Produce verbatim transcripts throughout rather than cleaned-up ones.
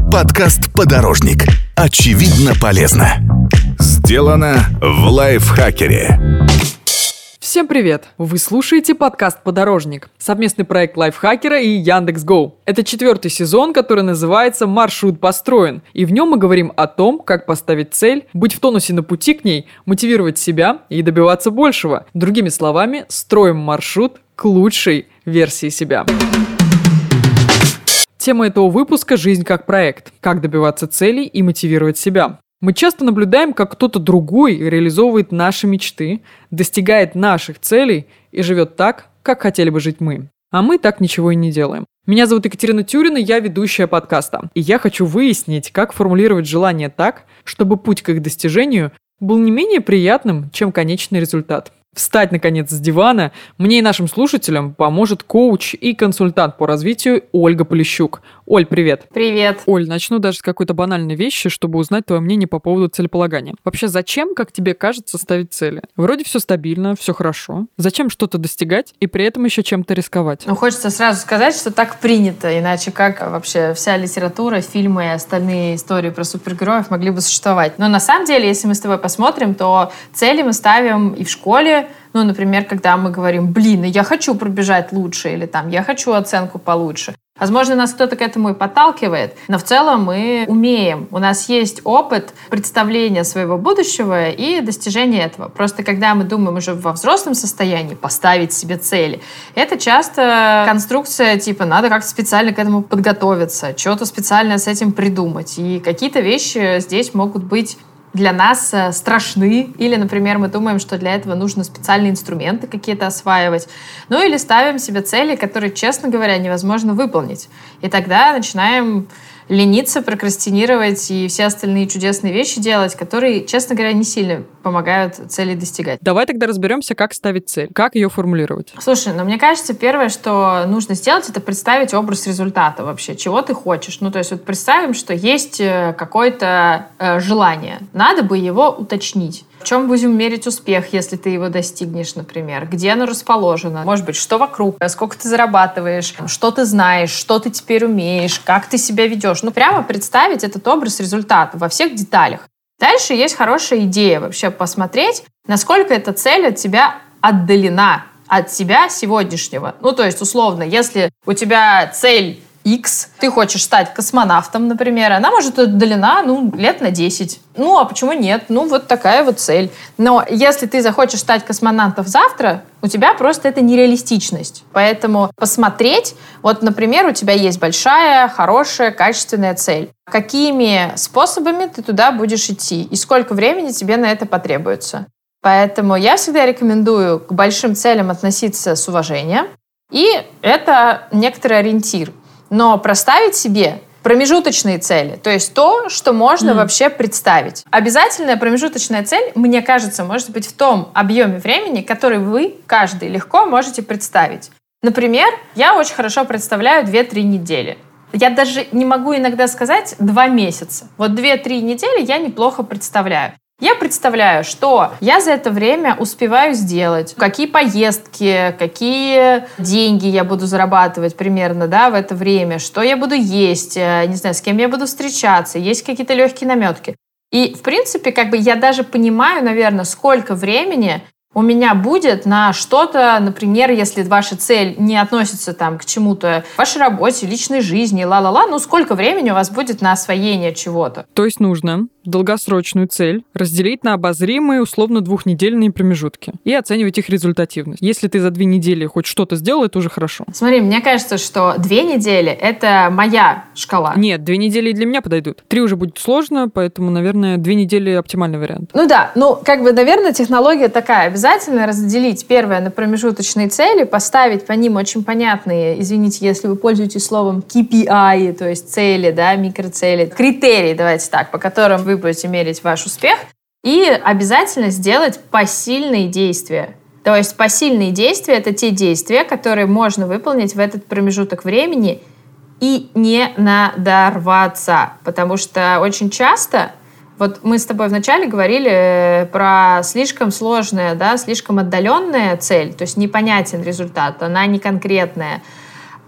Подкаст «Подорожник». Очевидно полезно. Сделано в лайфхакере. Всем привет! Вы слушаете подкаст «Подорожник», совместный проект Лайфхакера и Яндекс.Гоу. Это четвертый сезон, который называется «Маршрут построен», и в нем мы говорим о том, как поставить цель, быть в тонусе на пути к ней, мотивировать себя и добиваться большего. Другими словами, строим маршрут к лучшей версии себя. Тема этого выпуска – жизнь как проект, как добиваться целей и мотивировать себя. Мы часто наблюдаем, как кто-то другой реализовывает наши мечты, достигает наших целей и живет так, как хотели бы жить мы. А мы так ничего и не делаем. Меня зовут Екатерина Тюрина, я ведущая подкаста. И я хочу выяснить, как формулировать желания так, чтобы путь к их достижению был не менее приятным, чем конечный результат. Встать, наконец, с дивана мне и нашим слушателям поможет коуч и консультант по развитию Ольга Полищук. Оль, привет. Привет. Оль, начну даже с какой-то банальной вещи, чтобы узнать твое мнение по поводу целеполагания. Вообще, зачем, как тебе кажется, ставить цели? Вроде все стабильно, все хорошо. Зачем что-то достигать и при этом еще чем-то рисковать? Ну, хочется сразу сказать, что так принято, иначе как вообще вся литература, фильмы и остальные истории про супергероев могли бы существовать. Но на самом деле, если мы с тобой посмотрим, то цели мы ставим и в школе. Ну, например, когда мы говорим, блин, я хочу пробежать лучше, или там, я хочу оценку получше. Возможно, нас кто-то к этому и подталкивает, но в целом мы умеем. У нас есть опыт представления своего будущего и достижения этого. Просто когда мы думаем уже во взрослом состоянии поставить себе цели, это часто конструкция типа надо как-то специально к этому подготовиться, что-то специально с этим придумать. И какие-то вещи здесь могут быть для нас страшны, или, например, мы думаем, что для этого нужно специальные инструменты какие-то осваивать, ну или ставим себе цели, которые, честно говоря, невозможно выполнить. И тогда начинаем лениться, прокрастинировать и все остальные чудесные вещи делать, которые, честно говоря, не сильно помогают цели достигать. Давай тогда разберемся, как ставить цель, как ее формулировать. Слушай, ну мне кажется, первое, что нужно сделать, это представить образ результата вообще, чего ты хочешь. Ну то есть вот представим, что есть какое-то э, желание, надо бы его уточнить. В чем будем мерить успех, если ты его достигнешь, например? Где оно расположено? Может быть, что вокруг? Сколько ты зарабатываешь? Что ты знаешь? Что ты теперь умеешь? Как ты себя ведешь? Ну, прямо представить этот образ результата во всех деталях. Дальше есть хорошая идея вообще посмотреть, насколько эта цель от тебя отдалена от тебя сегодняшнего. Ну, то есть, условно, если у тебя цель X, ты хочешь стать космонавтом, например, она может отдалена, ну, лет на десять. Ну, а почему нет? Ну, вот такая вот цель. Но если ты захочешь стать космонавтом завтра, у тебя просто это нереалистичность. Поэтому посмотреть, вот, например, у тебя есть большая, хорошая, качественная цель. Какими способами ты туда будешь идти? И сколько времени тебе на это потребуется? Поэтому я всегда рекомендую к большим целям относиться с уважением. И это некоторый ориентир. Но проставить себе промежуточные цели, то есть то, что можно mm. вообще представить. Обязательная промежуточная цель, мне кажется, может быть в том объеме времени, который вы, каждый, легко можете представить. Например, я очень хорошо представляю две-три недели. Я даже не могу иногда сказать два месяца. Вот две-три недели я неплохо представляю. Я представляю, что я за это время успеваю сделать, какие поездки, какие деньги я буду зарабатывать примерно, да, в это время, что я буду есть, не знаю, с кем я буду встречаться, есть какие-то легкие наметки. И, в принципе, как бы я даже понимаю, наверное, сколько времени у меня будет на что-то, например, если ваша цель не относится там к чему-то, вашей работе, личной жизни, ла-ла-ла, ну сколько времени у вас будет на освоение чего-то? То есть нужно долгосрочную цель разделить на обозримые, условно, двухнедельные промежутки и оценивать их результативность. Если ты за две недели хоть что-то сделал, это уже хорошо. Смотри, мне кажется, что две недели — это моя шкала. Нет, две недели и для меня подойдут. Три уже будет сложно, поэтому, наверное, две недели оптимальный вариант. Ну да, ну как бы, наверное, технология такая. Обязательно разделить первое на промежуточные цели, поставить по ним очень понятные, извините, если вы пользуетесь словом кей пи ай, то есть цели, да, микроцели, критерии, давайте так, по которым вы будете мерить ваш успех, и обязательно сделать посильные действия. То есть посильные действия — это те действия, которые можно выполнить в этот промежуток времени и не надорваться. Потому что очень часто, вот мы с тобой вначале говорили про слишком сложная, да, слишком отдаленная цель, то есть непонятен результат, она не конкретная.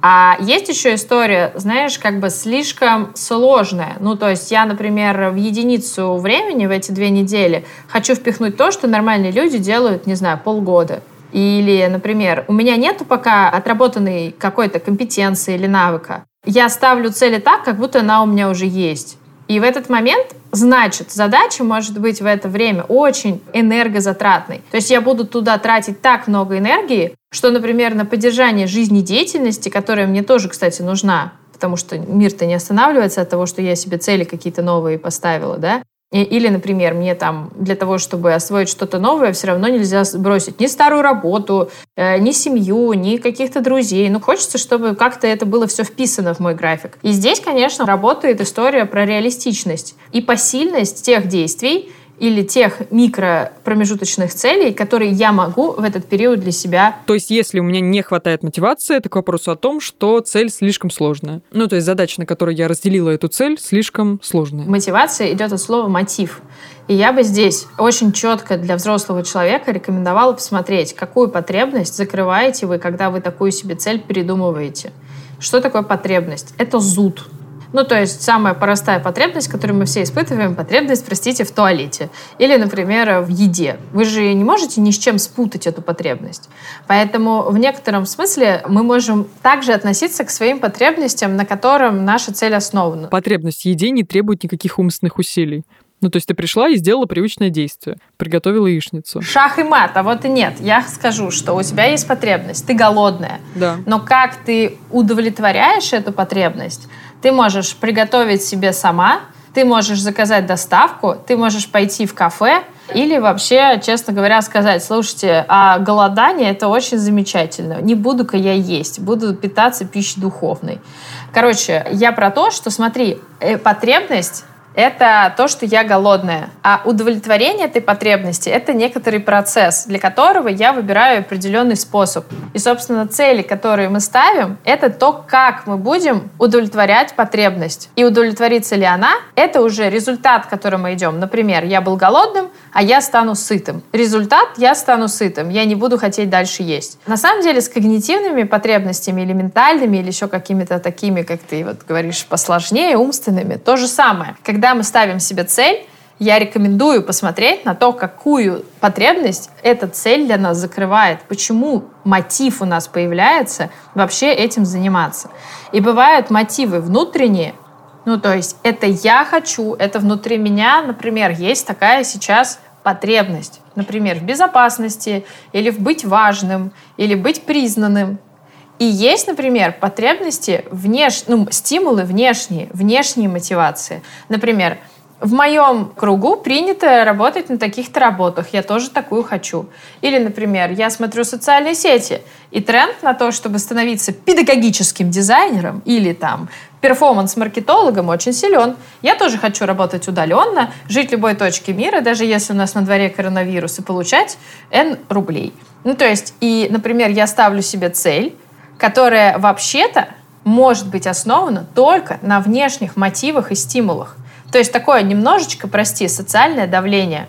А есть еще история, знаешь, как бы слишком сложная. Ну, то есть я, например, в единицу времени, в эти две недели, хочу впихнуть то, что нормальные люди делают, не знаю, полгода. Или, например, у меня нету пока отработанной какой-то компетенции или навыка. Я ставлю цели так, как будто она у меня уже есть. И в этот момент, значит, задача может быть в это время очень энергозатратной. То есть я буду туда тратить так много энергии, что, например, на поддержание жизнедеятельности, которая мне тоже, кстати, нужна, потому что мир-то не останавливается от того, что я себе цели какие-то новые поставила, да? Или, например, мне там для того, чтобы освоить что-то новое, все равно нельзя бросить ни старую работу, э, ни семью, ни каких-то друзей. Ну, хочется, чтобы как-то это было все вписано в мой график. И здесь, конечно, работает история про реалистичность и посильность тех действий или тех микропромежуточных целей, которые я могу в этот период для себя. То есть, если у меня не хватает мотивации, это к вопросу о том, что цель слишком сложная. Ну, то есть, задача, на которую я разделила эту цель, слишком сложная. Мотивация идет от слова «мотив». И я бы здесь очень четко для взрослого человека рекомендовала посмотреть, какую потребность закрываете вы, когда вы такую себе цель передумываете. Что такое потребность? Это зуд. Ну, то есть самая простая потребность, которую мы все испытываем, потребность, простите, в туалете. Или, например, в еде. Вы же не можете ни с чем спутать эту потребность. Поэтому в некотором смысле мы можем также относиться к своим потребностям, на котором наша цель основана. Потребность в еде не требует никаких умственных усилий. Ну, то есть ты пришла и сделала привычное действие. Приготовила яичницу. Шах и мат, а вот и нет. Я скажу, что у тебя есть потребность, ты голодная. Да. Но как ты удовлетворяешь эту потребность, ты можешь приготовить себе сама, ты можешь заказать доставку, ты можешь пойти в кафе или вообще, честно говоря, сказать: слушайте, а голодание — это очень замечательно. Не буду-ка я есть, буду питаться пищей духовной. Короче, я про то, что, смотри, потребность — это то, что я голодная. А удовлетворение этой потребности — это некоторый процесс, для которого я выбираю определенный способ. И, собственно, цели, которые мы ставим, это то, как мы будем удовлетворять потребность. И удовлетворится ли она — это уже результат, к которому мы идем. Например, я был голодным, а я стану сытым. Результат — я стану сытым, я не буду хотеть дальше есть. На самом деле с когнитивными потребностями или ментальными, или еще какими-то такими, как ты вот говоришь, посложнее, умственными, то же самое. Когда мы ставим себе цель, я рекомендую посмотреть на то, какую потребность эта цель для нас закрывает, почему мотив у нас появляется вообще этим заниматься. И бывают мотивы внутренние, ну, то есть это я хочу, это внутри меня, например, есть такая сейчас потребность, например, в безопасности, или в быть важным, или быть признанным. И есть, например, потребности, внеш... ну, стимулы внешние, внешние мотивации. Например, в моем кругу принято работать на таких-то работах, я тоже такую хочу. Или, например, я смотрю социальные сети, и тренд на то, чтобы становиться педагогическим дизайнером или там перформанс-маркетологом, очень силен. Я тоже хочу работать удаленно, жить в любой точке мира, даже если у нас на дворе коронавирус, и получать N рублей. Ну, то есть, и, например, я ставлю себе цель, которая вообще-то может быть основана только на внешних мотивах и стимулах. То есть такое немножечко, прости, социальное давление.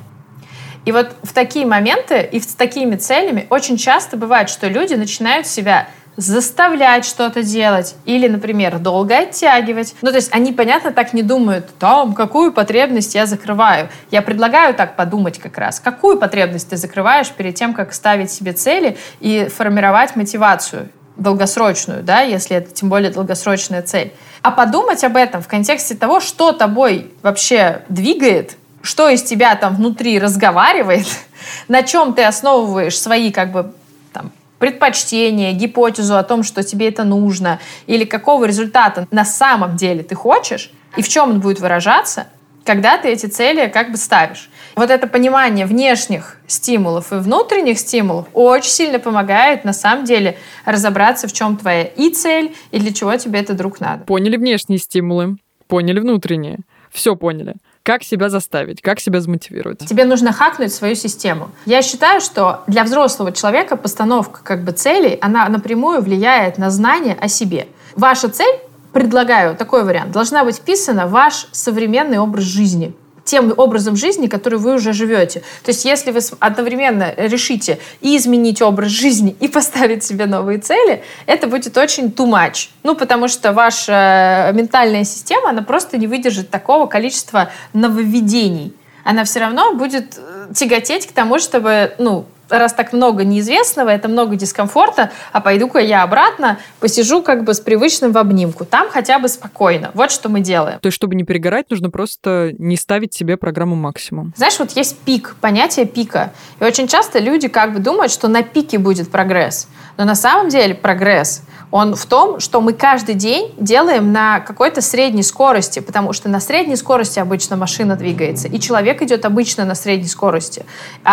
И вот в такие моменты и с такими целями очень часто бывает, что люди начинают себя заставлять что-то делать или, например, долго оттягивать. Ну, то есть они, понятно, так не думают, там, какую потребность я закрываю. Я предлагаю так подумать как раз. Какую потребность ты закрываешь перед тем, как ставить себе цели и формировать мотивацию долгосрочную, да, если это тем более долгосрочная цель. А подумать об этом в контексте того, что тобой вообще двигает, что из тебя там внутри разговаривает, на чем ты основываешь свои как бы там предпочтения, гипотезу о том, что тебе это нужно, или какого результата на самом деле ты хочешь, и в чем он будет выражаться, когда ты эти цели как бы ставишь. Вот это понимание внешних стимулов и внутренних стимулов очень сильно помогает, на самом деле, разобраться, в чем твоя и цель, и для чего тебе это вдруг надо. Поняли внешние стимулы, поняли внутренние. Все поняли. Как себя заставить, как себя замотивировать. Тебе нужно хакнуть свою систему. Я считаю, что для взрослого человека постановка как бы целей, она напрямую влияет на знание о себе. Ваша цель, предлагаю такой вариант, должна быть вписана в ваш современный образ жизни. тем образом жизни, который вы уже живете. То есть если вы одновременно решите и изменить образ жизни, и поставить себе новые цели, это будет очень too much. Ну, потому что ваша ментальная система, она просто не выдержит такого количества нововведений. Она все равно будет тяготеть к тому, чтобы, ну, раз так много неизвестного, это много дискомфорта, а пойду-ка я обратно посижу как бы с привычным в обнимку. Там хотя бы спокойно. Вот что мы делаем. То есть, чтобы не перегорать, нужно просто не ставить себе программу максимум. Знаешь, вот есть пик, понятие пика. И очень часто люди как бы думают, что на пике будет прогресс. Но на самом деле прогресс, он в том, что мы каждый день делаем на какой-то средней скорости, потому что на средней скорости обычно машина двигается, и человек идет обычно на средней скорости.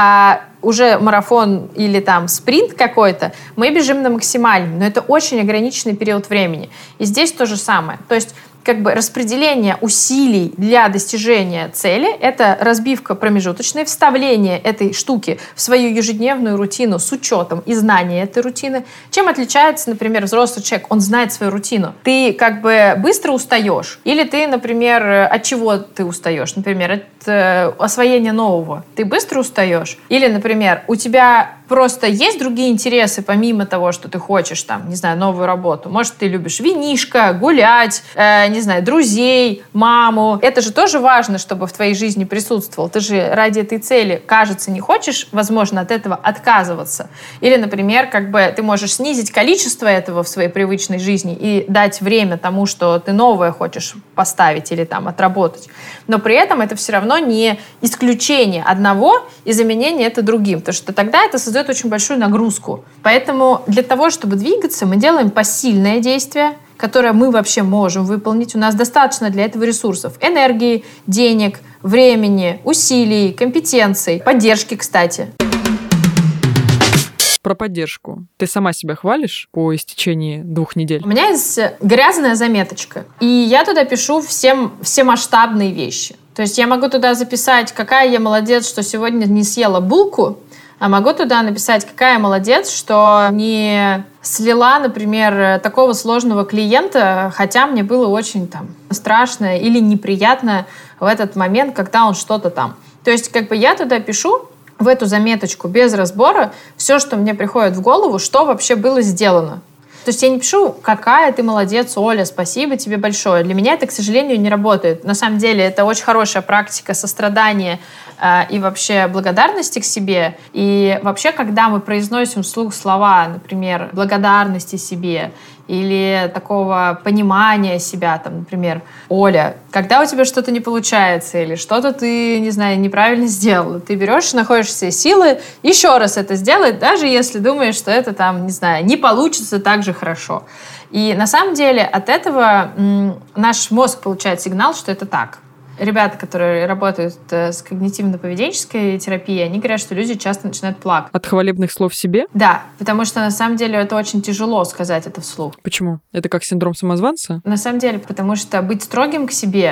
А уже марафон или там спринт какой-то, мы бежим на максимальном, но это очень ограниченный период времени. И здесь то же самое. То есть как бы распределение усилий для достижения цели — это разбивка промежуточной, вставление этой штуки в свою ежедневную рутину с учетом и знанием этой рутины. Чем отличается, например, взрослый человек? Он знает свою рутину. Ты как бы быстро устаешь. Или ты, например, от чего ты устаешь? Например, от э, освоения нового. Ты быстро устаешь? Или, например, у тебя просто есть другие интересы, помимо того, что ты хочешь, там, не знаю, новую работу. Может, ты любишь винишко, гулять, э, не знаю, друзей, маму. Это же тоже важно, чтобы в твоей жизни присутствовал. Ты же ради этой цели, кажется, не хочешь, возможно, от этого отказываться. Или, например, как бы ты можешь снизить количество этого в своей привычной жизни и дать время тому, что ты новое хочешь поставить или там отработать. Но при этом это все равно не исключение одного и заменение это другим, потому что тогда это создает очень большую нагрузку. Поэтому для того, чтобы двигаться, мы делаем посильное действие, которое мы вообще можем выполнить. У нас достаточно для этого ресурсов: энергии, денег, времени, усилий, компетенций, поддержки, кстати. Про поддержку. Ты сама себя хвалишь по истечении двух недель? У меня есть грязная заметочка, и я туда пишу всем, все масштабные вещи. То есть я могу туда записать, какая я молодец, что сегодня не съела булку, а могу туда написать, какая я молодец, что не слила, например, такого сложного клиента, хотя мне было очень там страшно или неприятно в этот момент, когда он что-то там. То есть как бы я туда пишу в эту заметочку без разбора все, что мне приходит в голову, что вообще было сделано. То есть я не пишу, какая ты молодец, Оля, спасибо тебе большое. Для меня это, к сожалению, не работает. На самом деле это очень хорошая практика сострадания э, и вообще благодарности к себе. И вообще, когда мы произносим вслух слова, например, благодарности себе или такого понимания себя, там, например, Оля, когда у тебя что-то не получается или что-то ты, не знаю, неправильно сделала, ты берешь, находишь все силы еще раз это сделать, даже если думаешь, что это там, не знаю, не получится так же хорошо. И на самом деле от этого м, наш мозг получает сигнал, что это так. Ребята, которые работают с когнитивно-поведенческой терапией, они говорят, что люди часто начинают плакать. От хвалебных слов себе? Да, потому что на самом деле это очень тяжело сказать это вслух. Почему? Это как синдром самозванца? На самом деле, потому что быть строгим к себе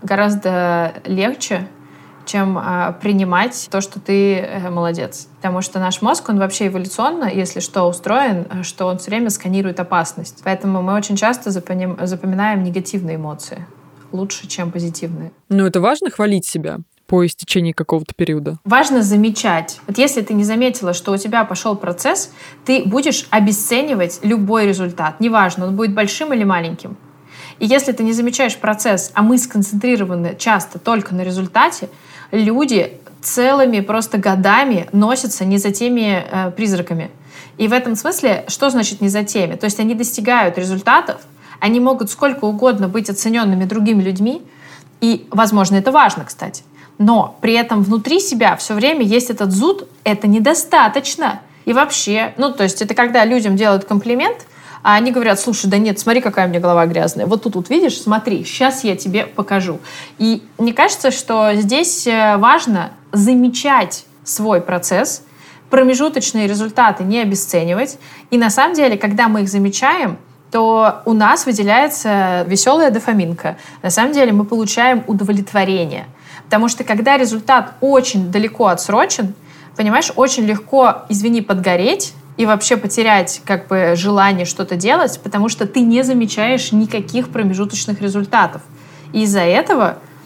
гораздо легче, чем а, принимать то, что ты э, молодец. Потому что наш мозг, он вообще эволюционно, если что, устроен, что он все время сканирует опасность. Поэтому мы очень часто запомним, запоминаем негативные эмоции лучше, чем позитивные. Ну, это важно хвалить себя по истечении какого-то периода? Важно замечать. Вот если ты не заметила, что у тебя пошел процесс, ты будешь обесценивать любой результат. Неважно, он будет большим или маленьким. И если ты не замечаешь процесс, а мы сконцентрированы часто только на результате, люди целыми просто годами носятся не за теми э, призраками. И в этом смысле, что значит не за теми? То есть они достигают результатов, они могут сколько угодно быть оцененными другими людьми, и, возможно, это важно, кстати. Но при этом внутри себя все время есть этот зуд, это недостаточно. И вообще, ну, то есть это когда людям делают комплимент, а они говорят: слушай, да нет, смотри, какая у меня голова грязная. Вот тут вот видишь, смотри, сейчас я тебе покажу. И мне кажется, что здесь важно замечать свой процесс, промежуточные результаты не обесценивать. И на самом деле, когда мы их замечаем, то у нас выделяется веселая дофаминка. На самом деле мы получаем удовлетворение. Потому что когда результат очень далеко отсрочен, понимаешь, очень легко, извини, подгореть и вообще потерять как бы желание что-то делать, потому что ты не замечаешь никаких промежуточных результатов. И из-за этого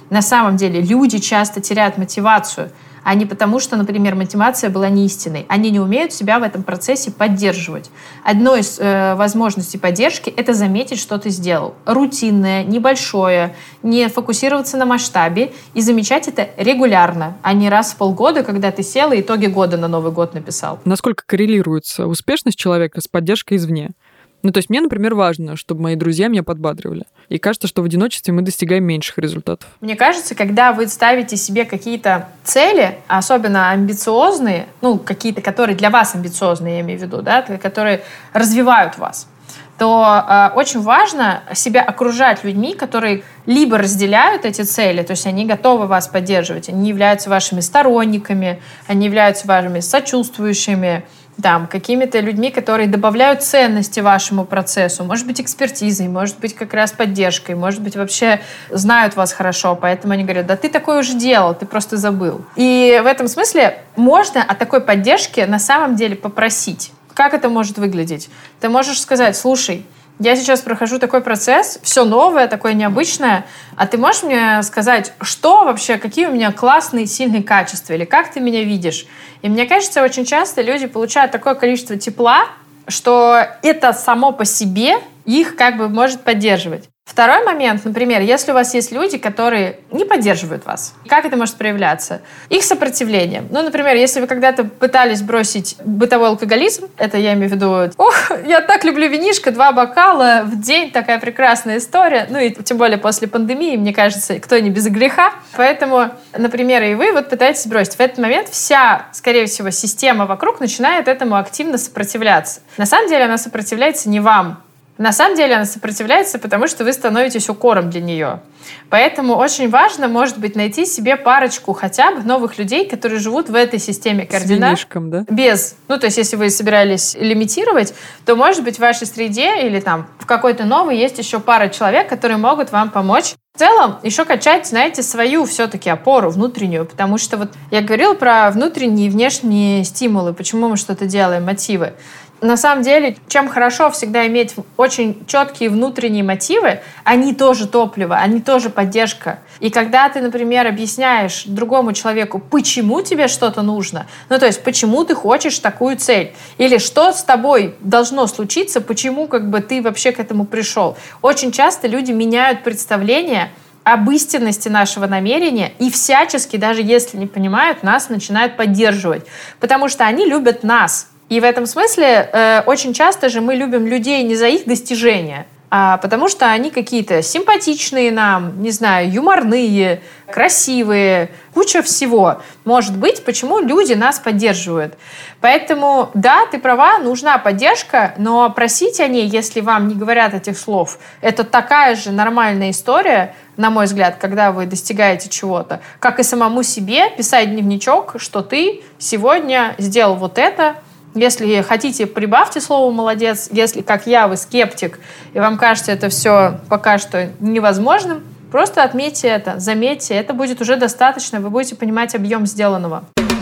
На самом деле люди часто теряют мотивацию, а не потому, что, например, мотивация была не истинной. Они не умеют себя в этом процессе поддерживать. Одной из э, возможностей поддержки — это заметить, что ты сделал. Рутинное, небольшое, не фокусироваться на масштабе и замечать это регулярно, а не раз в полгода, когда ты сел и итоги года на Новый год написал. Насколько коррелируется успешность человека с поддержкой извне? Ну, то есть мне, например, важно, чтобы мои друзья меня подбадривали. И кажется, что в одиночестве мы достигаем меньших результатов. Мне кажется, когда вы ставите себе какие-то цели, особенно амбициозные, ну, какие-то, которые для вас амбициозные, я имею в виду, да, которые развивают вас, то э, очень важно себя окружать людьми, которые либо разделяют эти цели, то есть они готовы вас поддерживать, они являются вашими сторонниками, они являются вашими сочувствующими, там, какими-то людьми, которые добавляют ценности вашему процессу, может быть, экспертизой, может быть, как раз поддержкой, может быть, вообще знают вас хорошо, поэтому они говорят: да ты такое уже делал, ты просто забыл. И в этом смысле можно о такой поддержке на самом деле попросить. Как это может выглядеть? Ты можешь сказать: слушай, я сейчас прохожу такой процесс, все новое, такое необычное, а ты можешь мне сказать, что вообще, какие у меня классные, сильные качества, или как ты меня видишь? И мне кажется, очень часто люди получают такое количество тепла, что это само по себе их как бы может поддерживать. Второй момент, например, если у вас есть люди, которые не поддерживают вас, как это может проявляться? Их сопротивление. Ну, например, если вы когда-то пытались бросить бытовой алкоголизм, это я имею в виду: ох, я так люблю винишко, два бокала в день, такая прекрасная история. Ну и тем более после пандемии, мне кажется, кто не без греха. Поэтому, например, и вы вот пытаетесь бросить. В этот момент вся, скорее всего, система вокруг начинает этому активно сопротивляться. На самом деле она сопротивляется не вам. На самом деле она сопротивляется, потому что вы становитесь укором для нее. Поэтому очень важно, может быть, найти себе парочку хотя бы новых людей, которые живут в этой системе координат. С винишком, да? Без. Ну, то есть, если вы собирались лимитировать, то, может быть, в вашей среде или там в какой-то новой есть еще пара человек, которые могут вам помочь. В целом, еще качать, знаете, свою все-таки опору внутреннюю, потому что вот я говорила про внутренние и внешние стимулы, почему мы что-то делаем, мотивы. На самом деле, чем хорошо всегда иметь очень четкие внутренние мотивы, они тоже топливо, они тоже поддержка. И когда ты, например, объясняешь другому человеку, почему тебе что-то нужно, ну то есть почему ты хочешь такую цель, или что с тобой должно случиться, почему как бы ты вообще к этому пришел. Очень часто люди меняют представление об истинности нашего намерения и всячески, даже если не понимают, нас начинают поддерживать, потому что они любят нас. И в этом смысле э, очень часто же мы любим людей не за их достижения, а потому что они какие-то симпатичные нам, не знаю, юморные, красивые, куча всего. Может быть, почему люди нас поддерживают. Поэтому, да, ты права, нужна поддержка, но просить о ней, если вам не говорят этих слов, это такая же нормальная история, на мой взгляд, когда вы достигаете чего-то, как и самому себе писать дневничок, что ты сегодня сделал вот это. Если хотите, прибавьте слово «молодец». Если, как я, вы скептик, и вам кажется это все пока что невозможным, просто отметьте это, заметьте. Это будет уже достаточно, вы будете понимать объем сделанного.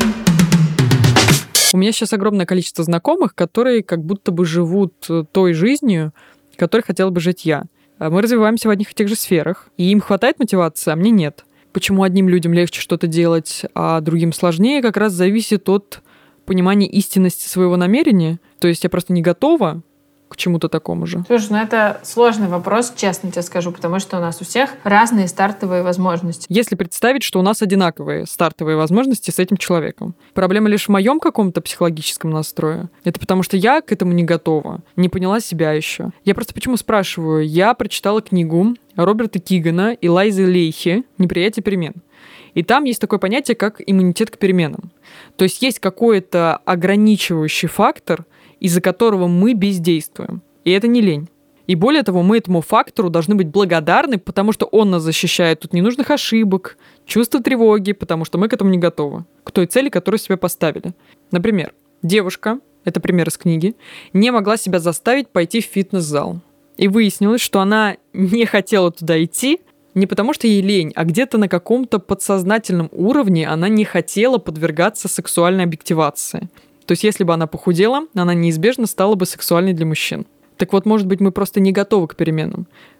У меня сейчас огромное количество знакомых, которые как будто бы живут той жизнью, которой хотела бы жить я. Мы развиваемся в одних и тех же сферах, и им хватает мотивации, а мне нет. Почему одним людям легче что-то делать, а другим сложнее, как раз зависит от понимание истинности своего намерения. То есть я просто не готова к чему-то такому же. Слушай, ну это сложный вопрос, честно тебе скажу, потому что у нас у всех разные стартовые возможности. Если представить, что у нас одинаковые стартовые возможности с этим человеком. Проблема лишь в моем каком-то психологическом настрое. Это потому что я к этому не готова, не поняла себя еще. Я просто почему спрашиваю? Я прочитала книгу Роберта Кигана и Лайзы Лейхи «Неприятие перемен». И там есть такое понятие, как иммунитет к переменам. То есть есть какой-то ограничивающий фактор, из-за которого мы бездействуем. И это не лень. И более того, мы этому фактору должны быть благодарны, потому что он нас защищает от ненужных ошибок, чувства тревоги, потому что мы к этому не готовы, к той цели, которую себе поставили. Например, девушка, это пример из книги, не могла себя заставить пойти в фитнес-зал. И выяснилось, что она не хотела туда идти, не потому что ей лень, а где-то на каком-то подсознательном уровне она не хотела подвергаться сексуальной объективации. То есть если бы она похудела, она неизбежно стала бы сексуальной для мужчин. Так вот, может быть, мы просто не готовы к переменам.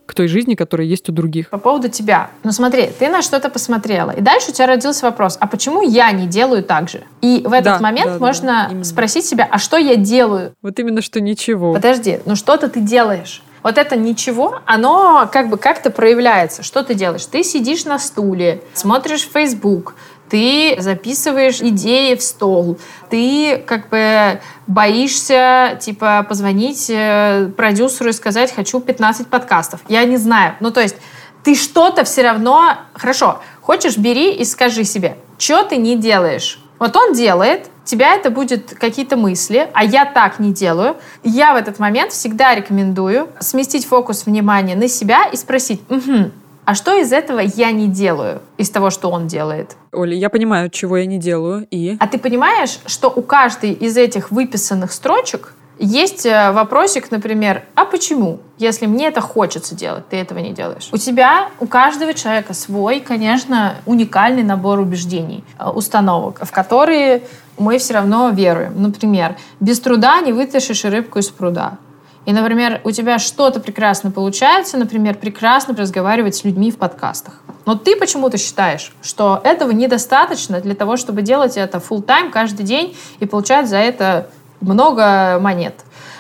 к той жизни, которая есть у других. По поводу тебя. Ну смотри, ты на что-то посмотрела, и дальше у тебя родился вопрос, а почему я не делаю так же? И в этот да, момент да, можно да, спросить себя, а что я делаю? Вот именно что ничего. Подожди, ну что-то ты делаешь. Вот это ничего, оно как бы как-то проявляется. Что ты делаешь? Ты сидишь на стуле, смотришь Facebook, ты записываешь идеи в стол, ты как бы боишься, типа, позвонить продюсеру и сказать, хочу пятнадцать подкастов. Я не знаю. Ну, то есть ты что-то все равно... Хорошо, хочешь, бери и скажи себе, что ты не делаешь. Вот он делает, тебя это будет какие-то мысли, а я так не делаю. Я в этот момент всегда рекомендую сместить фокус внимания на себя и спросить, угу, а что из этого я не делаю, из того, что он делает? Оля, я понимаю, чего я не делаю, и... А ты понимаешь, что у каждой из этих выписанных строчек есть вопросик, например, а почему? Если мне это хочется делать, ты этого не делаешь. У тебя, у каждого человека свой, конечно, уникальный набор убеждений, установок, в которые мы все равно веруем. Например, без труда не вытащишь рыбку из пруда. И, например, у тебя что-то прекрасно получается, например, прекрасно разговаривать с людьми в подкастах. Но ты почему-то считаешь, что этого недостаточно для того, чтобы делать это full-time каждый день и получать за это много монет.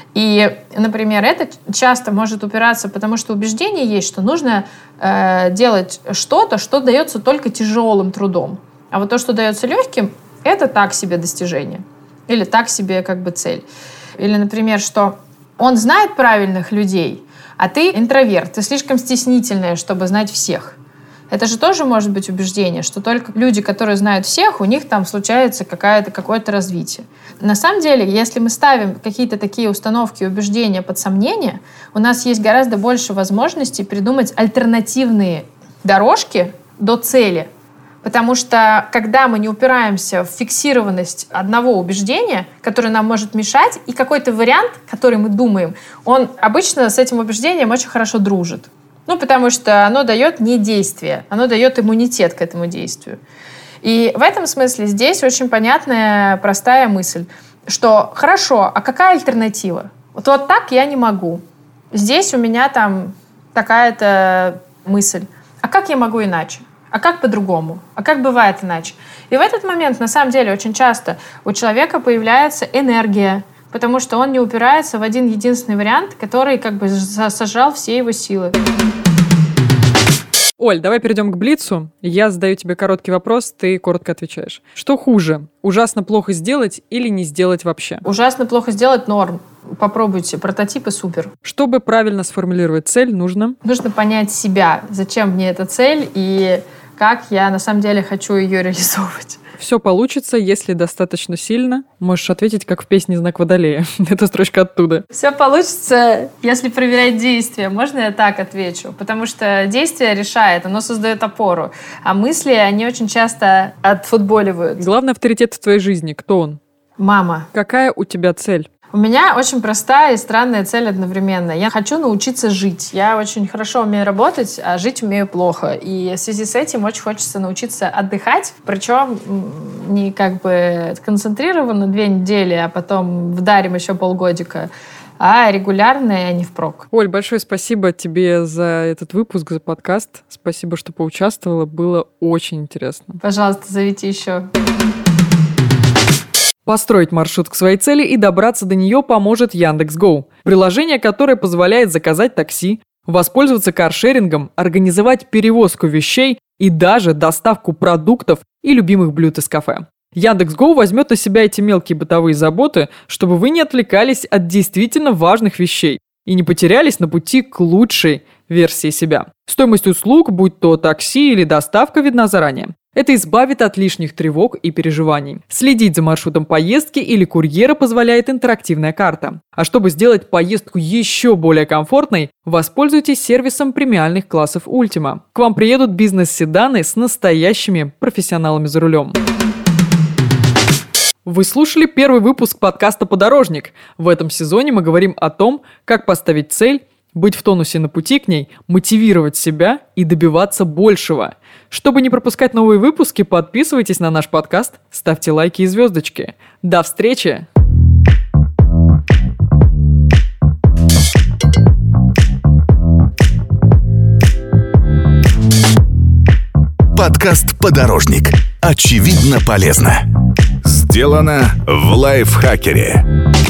И, например, это часто может упираться, потому что убеждение есть, что нужно э, делать что-то, что дается только тяжелым трудом. А вот то, что дается легким, это так себе достижение. Или так себе как бы цель. Или, например, что он знает правильных людей, а ты интроверт, ты слишком стеснительная, чтобы знать всех. Это же тоже может быть убеждение, что только люди, которые знают всех, у них там случается какая-то, какое-то развитие. На самом деле, если мы ставим какие-то такие установки и убеждения под сомнение, у нас есть гораздо больше возможностей придумать альтернативные дорожки до цели. Потому что когда мы не упираемся в фиксированность одного убеждения, которое нам может мешать, и какой-то вариант, который мы думаем, он обычно с этим убеждением очень хорошо дружит. Ну, потому что оно дает не действие, оно дает иммунитет к этому действию. И в этом смысле здесь очень понятная, простая мысль, что хорошо, а какая альтернатива? Вот, вот так я не могу. Здесь у меня там такая-то мысль. А как я могу иначе? А как по-другому? А как бывает иначе? И в этот момент, на самом деле, очень часто у человека появляется энергия, потому что он не упирается в один единственный вариант, который как бы сожрал все его силы. Оль, давай перейдем к блицу. Я задаю тебе короткий вопрос, ты коротко отвечаешь. Что хуже, ужасно плохо сделать или не сделать вообще? Ужасно плохо сделать — норм. Попробуйте, прототипы супер. Чтобы правильно сформулировать цель, нужно... Нужно понять себя, зачем мне эта цель и как я на самом деле хочу ее реализовывать. Все получится, если достаточно сильно. Можешь ответить, как в песне «Знак Водолея». Это строчка оттуда. Все получится, если проверять действия. Можно я так отвечу? Потому что действие решает, оно создает опору. А мысли, они очень часто отфутболивают. Главный авторитет в твоей жизни, кто он? Мама. Какая у тебя цель? У меня очень простая и странная цель одновременно. Я хочу научиться жить. Я очень хорошо умею работать, а жить умею плохо. И в связи с этим очень хочется научиться отдыхать. Причем не как бы концентрированно две недели, а потом вдарим еще полгодика, а регулярно и не впрок. Оль, большое спасибо тебе за этот выпуск, за подкаст. Спасибо, что поучаствовала. Было очень интересно. Пожалуйста, зовите еще. Построить маршрут к своей цели и добраться до нее поможет Яндекс.Гоу. Приложение, которое позволяет заказать такси, воспользоваться каршерингом, организовать перевозку вещей и даже доставку продуктов и любимых блюд из кафе. Яндекс.Гоу возьмет на себя эти мелкие бытовые заботы, чтобы вы не отвлекались от действительно важных вещей и не потерялись на пути к лучшей версии себя. Стоимость услуг, будь то такси или доставка, видна заранее. Это избавит от лишних тревог и переживаний. Следить за маршрутом поездки или курьера позволяет интерактивная карта. А чтобы сделать поездку еще более комфортной, воспользуйтесь сервисом премиальных классов Ultima. К вам приедут бизнес-седаны с настоящими профессионалами за рулем. Вы слушали первый выпуск подкаста «Подорожник». В этом сезоне мы говорим о том, как поставить цель, быть в тонусе на пути к ней, мотивировать себя и добиваться большего. Чтобы не пропускать новые выпуски, подписывайтесь на наш подкаст, ставьте лайки и звездочки. До встречи! Подкаст «Подорожник». Очевидно полезно. Сделано в Лайфхакере.